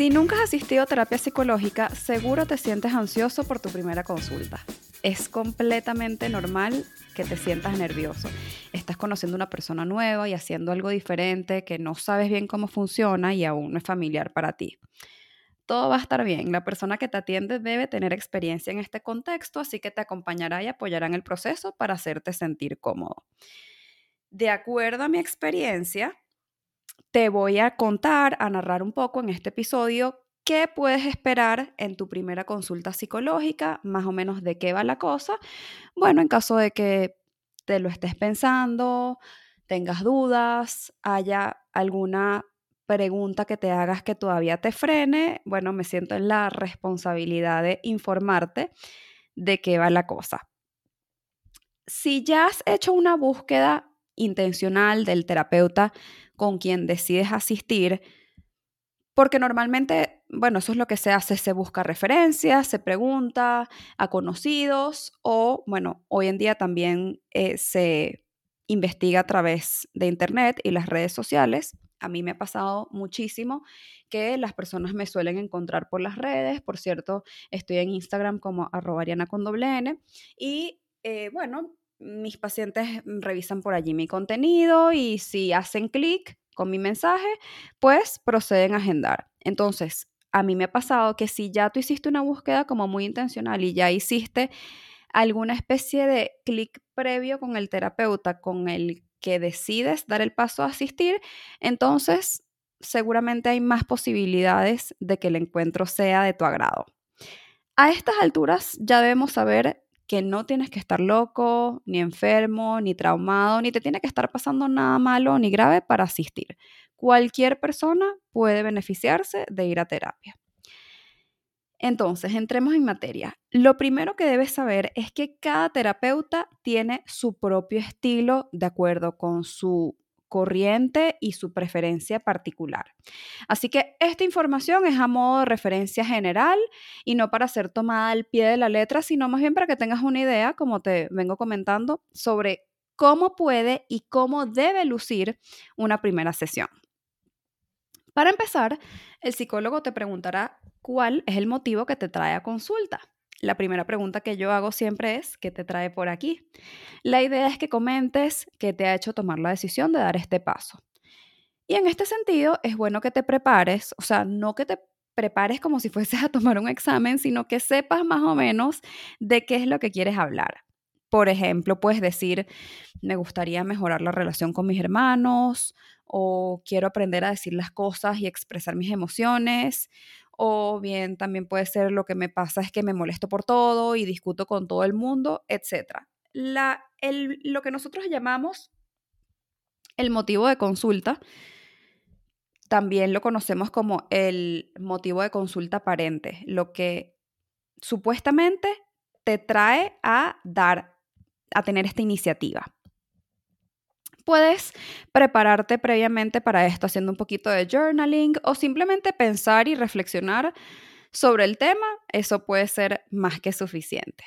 Si nunca has asistido a terapia psicológica, seguro te sientes ansioso por tu primera consulta. Es completamente normal que te sientas nervioso. Estás conociendo a una persona nueva y haciendo algo diferente que no sabes bien cómo funciona y aún no es familiar para ti. Todo va a estar bien. La persona que te atiende debe tener experiencia en este contexto, así que te acompañará y apoyará en el proceso para hacerte sentir cómodo. De acuerdo a mi experiencia, te voy a contar, a narrar un poco en este episodio qué puedes esperar en tu primera consulta psicológica, más o menos de qué va la cosa. Bueno, en caso de que te lo estés pensando, tengas dudas, haya alguna pregunta que te hagas que todavía te frene, bueno, me siento en la responsabilidad de informarte de qué va la cosa. Si ya has hecho una búsqueda intencional del terapeuta con quien decides asistir, porque normalmente, bueno, eso es lo que se hace, se busca referencias, se pregunta a conocidos o, bueno, hoy en día también se investiga a través de Internet y las redes sociales. A mí me ha pasado muchísimo que las personas me suelen encontrar por las redes. Por cierto, estoy en Instagram como @ariana con doble N. Y bueno, mis pacientes revisan por allí mi contenido y si hacen clic con mi mensaje, pues proceden a agendar. Entonces, a mí me ha pasado que si ya tú hiciste una búsqueda como muy intencional y ya hiciste alguna especie de clic previo con el terapeuta con el que decides dar el paso a asistir, entonces seguramente hay más posibilidades de que el encuentro sea de tu agrado. A estas alturas ya debemos saber que no tienes que estar loco, ni enfermo, ni traumado, ni te tiene que estar pasando nada malo ni grave para asistir. Cualquier persona puede beneficiarse de ir a terapia. Entonces, entremos en materia. Lo primero que debes saber es que cada terapeuta tiene su propio estilo de acuerdo con su corriente y su preferencia particular. Así que esta información es a modo de referencia general y no para ser tomada al pie de la letra, sino más bien para que tengas una idea, como te vengo comentando, sobre cómo puede y cómo debe lucir una primera sesión. Para empezar, el psicólogo te preguntará cuál es el motivo que te trae a consulta. La primera pregunta que yo hago siempre es, ¿qué te trae por aquí? La idea es que comentes qué te ha hecho tomar la decisión de dar este paso. Y en este sentido, es bueno que te prepares, o sea, no que te prepares como si fueses a tomar un examen, sino que sepas más o menos de qué es lo que quieres hablar. Por ejemplo, puedes decir, me gustaría mejorar la relación con mis hermanos, o quiero aprender a decir las cosas y expresar mis emociones, o bien también puede ser lo que me pasa es que me molesto por todo y discuto con todo el mundo, etc. Lo que nosotros llamamos el motivo de consulta, también lo conocemos como el motivo de consulta aparente, lo que supuestamente te trae a tener esta iniciativa. Puedes prepararte previamente para esto haciendo un poquito de journaling o simplemente pensar y reflexionar sobre el tema. Eso puede ser más que suficiente.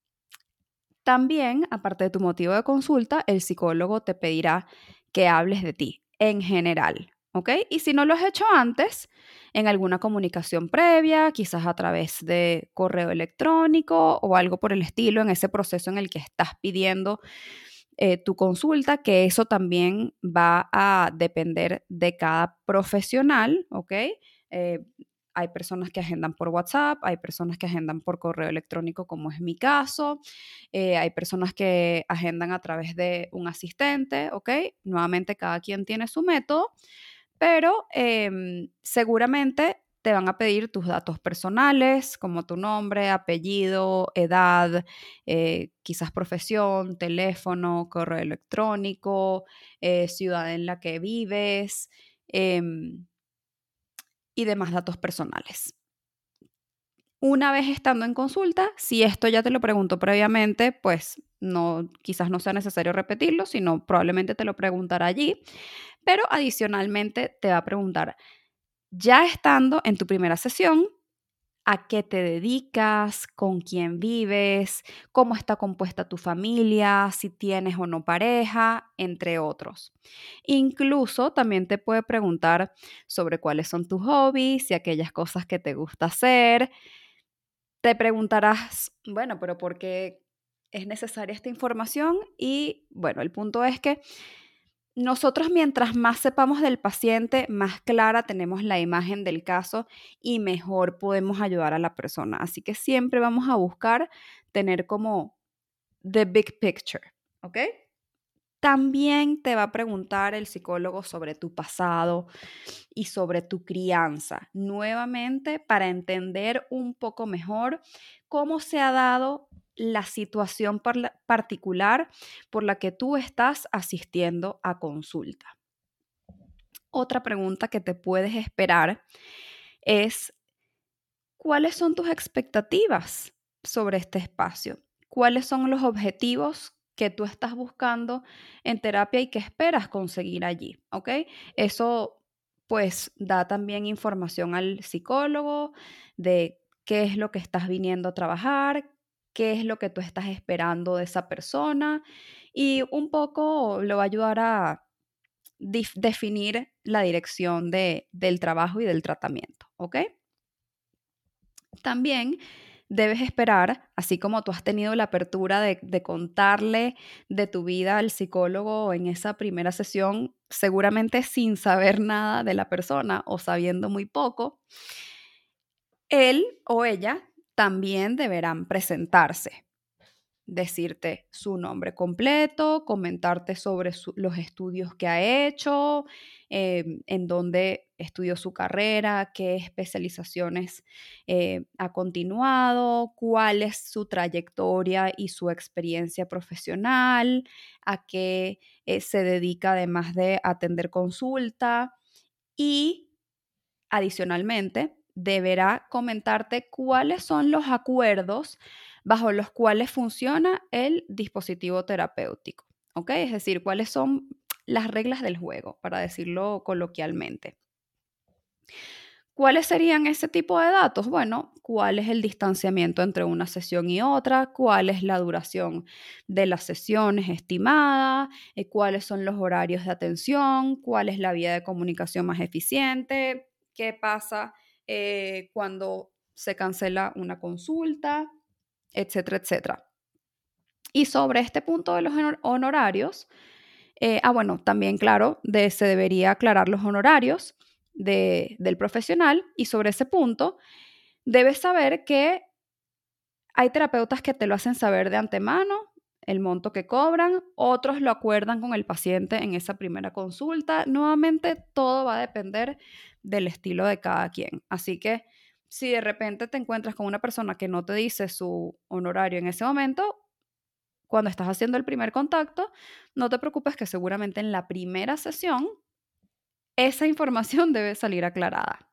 También, aparte de tu motivo de consulta, el psicólogo te pedirá que hables de ti en general, ¿ok? Y si no lo has hecho antes, en alguna comunicación previa, quizás a través de correo electrónico o algo por el estilo, en ese proceso en el que estás pidiendo tu consulta, que eso también va a depender de cada profesional, ¿ok? Eh, hay personas que agendan por WhatsApp, hay personas que agendan por correo electrónico, como es mi caso, hay personas que agendan a través de un asistente, ¿ok? Nuevamente, cada quien tiene su método, pero seguramente te van a pedir tus datos personales, como tu nombre, apellido, edad, quizás profesión, teléfono, correo electrónico, ciudad en la que vives y demás datos personales. Una vez estando en consulta, si esto ya te lo preguntó previamente, pues no, quizás no sea necesario repetirlo, sino probablemente te lo preguntará allí, pero adicionalmente te va a preguntar, ya estando en tu primera sesión, a qué te dedicas, con quién vives, cómo está compuesta tu familia, si tienes o no pareja, entre otros. Incluso también te puede preguntar sobre cuáles son tus hobbies y aquellas cosas que te gusta hacer. Te preguntarás, bueno, pero ¿por qué es necesaria esta información? Y bueno, el punto es que nosotros mientras más sepamos del paciente, más clara tenemos la imagen del caso y mejor podemos ayudar a la persona. Así que siempre vamos a buscar tener como the big picture, ¿ok? También te va a preguntar el psicólogo sobre tu pasado y sobre tu crianza, nuevamente para entender un poco mejor cómo se ha dado la situación particular por la que tú estás asistiendo a consulta. Otra pregunta que te puedes esperar es, ¿cuáles son tus expectativas sobre este espacio? ¿Cuáles son los objetivos que tú estás buscando en terapia y que esperas conseguir allí? ¿Ok? Eso pues da también información al psicólogo de qué es lo que estás viniendo a trabajar, qué es lo que tú estás esperando de esa persona y un poco lo va a ayudar a definir la dirección del trabajo y del tratamiento. ¿Ok? También debes esperar, así como tú has tenido la apertura de contarle de tu vida al psicólogo en esa primera sesión, seguramente sin saber nada de la persona o sabiendo muy poco, él o ella también deberán presentarse, decirte su nombre completo, comentarte sobre los estudios que ha hecho, en dónde estudió su carrera, qué especializaciones ha continuado, cuál es su trayectoria y su experiencia profesional, a qué se dedica además de atender consulta y adicionalmente, deberá comentarte cuáles son los acuerdos bajo los cuales funciona el dispositivo terapéutico, ¿ok? Es decir, cuáles son las reglas del juego, para decirlo coloquialmente. ¿Cuáles serían ese tipo de datos? Bueno, cuál es el distanciamiento entre una sesión y otra, cuál es la duración de las sesiones estimada, cuáles son los horarios de atención, cuál es la vía de comunicación más eficiente, qué pasa cuando se cancela una consulta, etcétera, etcétera. Y sobre este punto de los honorarios, bueno, también, claro, se debería aclarar los honorarios del profesional y sobre ese punto debes saber que hay terapeutas que te lo hacen saber de antemano, el monto que cobran, otros lo acuerdan con el paciente en esa primera consulta. Nuevamente, todo va a depender del estilo de cada quien. Así que si de repente te encuentras con una persona que no te dice su honorario en ese momento, cuando estás haciendo el primer contacto, no te preocupes que seguramente en la primera sesión esa información debe salir aclarada.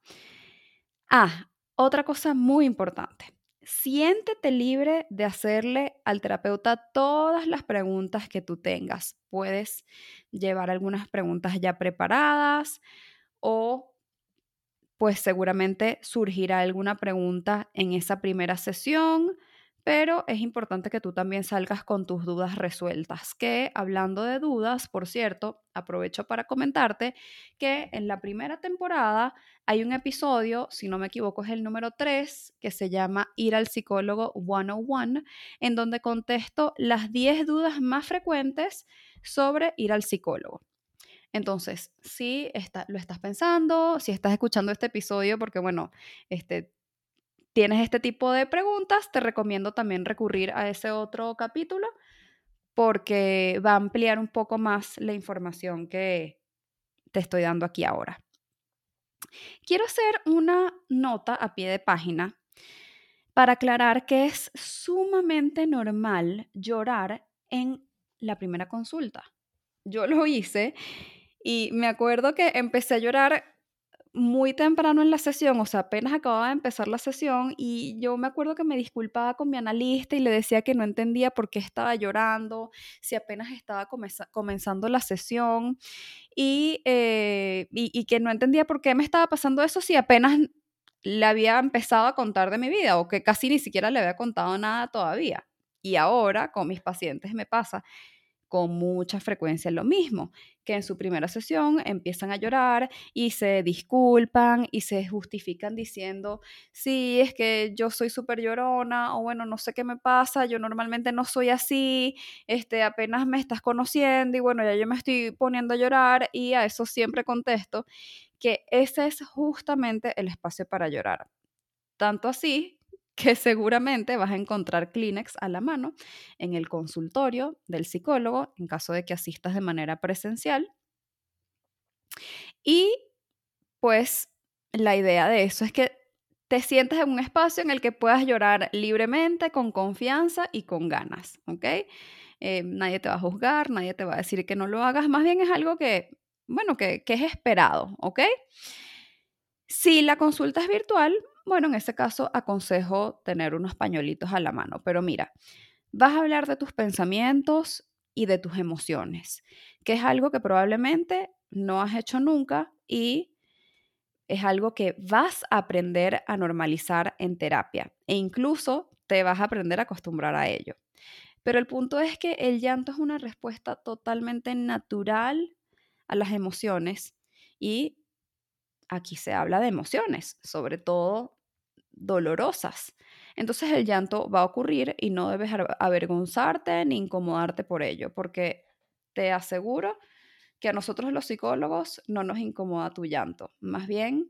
Otra cosa muy importante. Siéntete libre de hacerle al terapeuta todas las preguntas que tú tengas. Puedes llevar algunas preguntas ya preparadas o pues seguramente surgirá alguna pregunta en esa primera sesión, pero es importante que tú también salgas con tus dudas resueltas. Que hablando de dudas, por cierto, aprovecho para comentarte que en la primera temporada hay un episodio, si no me equivoco es el número 3, que se llama Ir al psicólogo 101, en donde contesto las 10 dudas más frecuentes sobre ir al psicólogo. Entonces, si lo estás pensando, si estás escuchando este episodio, porque bueno, tienes este tipo de preguntas, te recomiendo también recurrir a ese otro capítulo porque va a ampliar un poco más la información que te estoy dando aquí ahora. Quiero hacer una nota a pie de página para aclarar que es sumamente normal llorar en la primera consulta. Yo lo hice y me acuerdo que empecé a llorar muy temprano en la sesión, o sea, apenas acababa de empezar la sesión y yo me acuerdo que me disculpaba con mi analista y le decía que no entendía por qué estaba llorando, si apenas estaba comenzando la sesión y que no entendía por qué me estaba pasando eso si apenas le había empezado a contar de mi vida o que casi ni siquiera le había contado nada todavía. Y ahora con mis pacientes me pasa con mucha frecuencia lo mismo, que en su primera sesión empiezan a llorar y se disculpan y se justifican diciendo, sí, es que yo soy súper llorona, o bueno, no sé qué me pasa, yo normalmente no soy así, apenas me estás conociendo y bueno, ya yo me estoy poniendo a llorar, y a eso siempre contesto que ese es justamente el espacio para llorar. Tanto así que seguramente vas a encontrar Kleenex a la mano en el consultorio del psicólogo en caso de que asistas de manera presencial. Y pues la idea de eso es que te sientas en un espacio en el que puedas llorar libremente, con confianza y con ganas, ¿ok? Nadie te va a juzgar, nadie te va a decir que no lo hagas, más bien es algo que, bueno, que es esperado, ¿ok? Si la consulta es virtual, bueno, en ese caso aconsejo tener unos pañuelitos a la mano, pero mira, vas a hablar de tus pensamientos y de tus emociones, que es algo que probablemente no has hecho nunca y es algo que vas a aprender a normalizar en terapia e incluso te vas a aprender a acostumbrar a ello. Pero el punto es que el llanto es una respuesta totalmente natural a las emociones, y aquí se habla de emociones, sobre todo dolorosas. Entonces el llanto va a ocurrir y no debes avergonzarte ni incomodarte por ello, porque te aseguro que a nosotros los psicólogos no nos incomoda tu llanto. Más bien,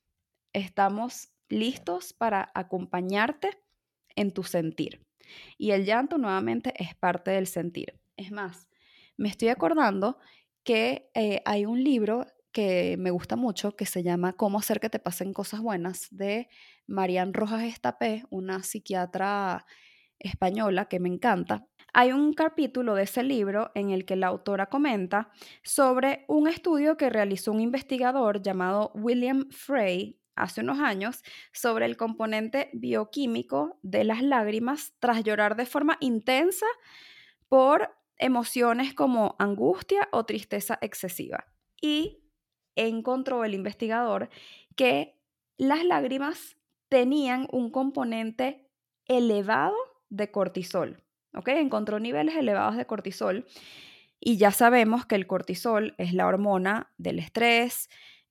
estamos listos para acompañarte en tu sentir. Y el llanto nuevamente es parte del sentir. Es más, me estoy acordando que hay un libro que me gusta mucho que se llama Cómo hacer que te pasen cosas buenas, de Marian Rojas Estapé, una psiquiatra española que me encanta. Hay un capítulo de ese libro en el que la autora comenta sobre un estudio que realizó un investigador llamado William Frey hace unos años sobre el componente bioquímico de las lágrimas tras llorar de forma intensa por emociones como angustia o tristeza excesiva. Y encontró el investigador que las lágrimas tenían un componente elevado de cortisol. ¿Ok? Encontró niveles elevados de cortisol, y ya sabemos que el cortisol es la hormona del estrés.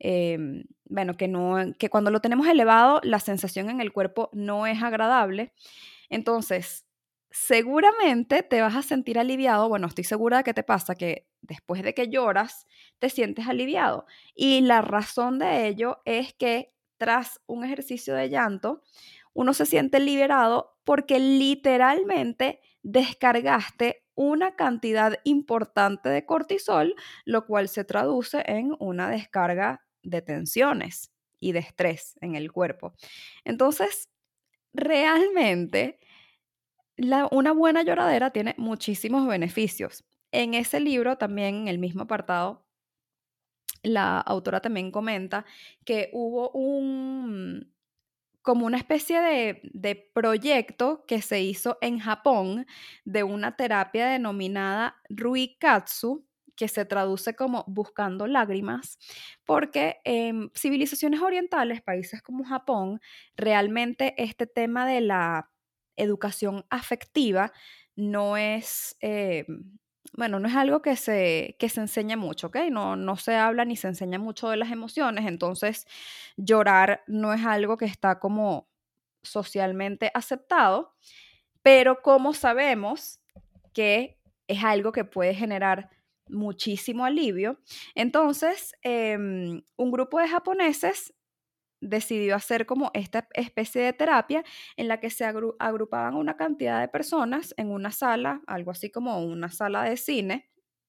Bueno, que cuando lo tenemos elevado, la sensación en el cuerpo no es agradable. Entonces, seguramente te vas a sentir aliviado. Bueno, estoy segura de que te pasa que después de que lloras, te sientes aliviado. Y la razón de ello es que tras un ejercicio de llanto, uno se siente liberado porque literalmente descargaste una cantidad importante de cortisol, lo cual se traduce en una descarga de tensiones y de estrés en el cuerpo. Entonces, realmente, una buena lloradera tiene muchísimos beneficios. En ese libro, también en el mismo apartado, la autora también comenta que hubo como una especie de proyecto que se hizo en Japón de una terapia denominada Ruikatsu, que se traduce como buscando lágrimas, porque en civilizaciones orientales, países como Japón, realmente este tema de la educación afectiva no es, bueno, no es algo que se enseña mucho, ¿ok? No se habla ni se enseña mucho de las emociones. Entonces llorar no es algo que está como socialmente aceptado, pero como sabemos que es algo que puede generar muchísimo alivio, entonces un grupo de japoneses decidió hacer como esta especie de terapia en la que se agrupaban una cantidad de personas en una sala, algo así como una sala de cine,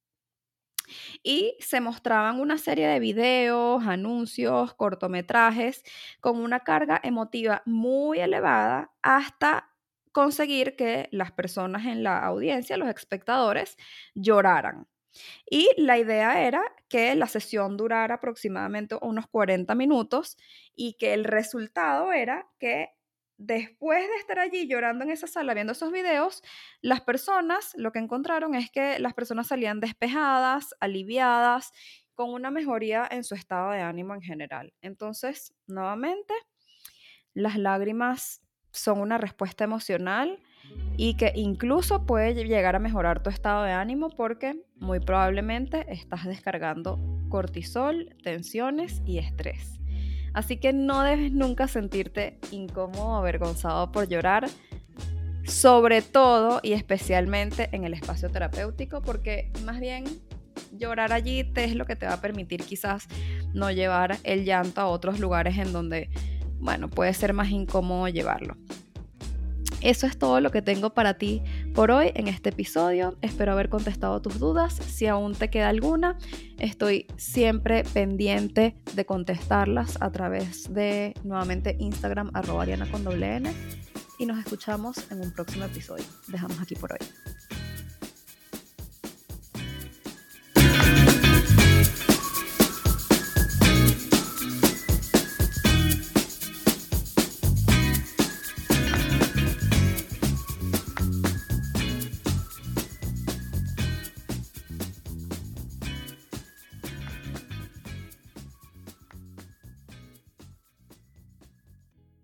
y se mostraban una serie de videos, anuncios, cortometrajes con una carga emotiva muy elevada hasta conseguir que las personas en la audiencia, los espectadores, lloraran. Y la idea era que la sesión durara aproximadamente unos 40 minutos y que el resultado era que después de estar allí llorando en esa sala viendo esos videos, las personas, lo que encontraron es que las personas salían despejadas, aliviadas, con una mejoría en su estado de ánimo en general. Entonces, nuevamente, las lágrimas son una respuesta emocional y que incluso puede llegar a mejorar tu estado de ánimo porque muy probablemente estás descargando cortisol, tensiones y estrés. Así que no debes nunca sentirte incómodo o avergonzado por llorar, sobre todo y especialmente en el espacio terapéutico, porque más bien llorar allí es lo que te va a permitir quizás no llevar el llanto a otros lugares en donde, bueno, puede ser más incómodo llevarlo. Eso es todo lo que tengo para ti por hoy en este episodio. Espero haber contestado tus dudas. Si aún te queda alguna, estoy siempre pendiente de contestarlas a través de, nuevamente, Instagram, @ariana_n. Y nos escuchamos en un próximo episodio. Dejamos aquí por hoy.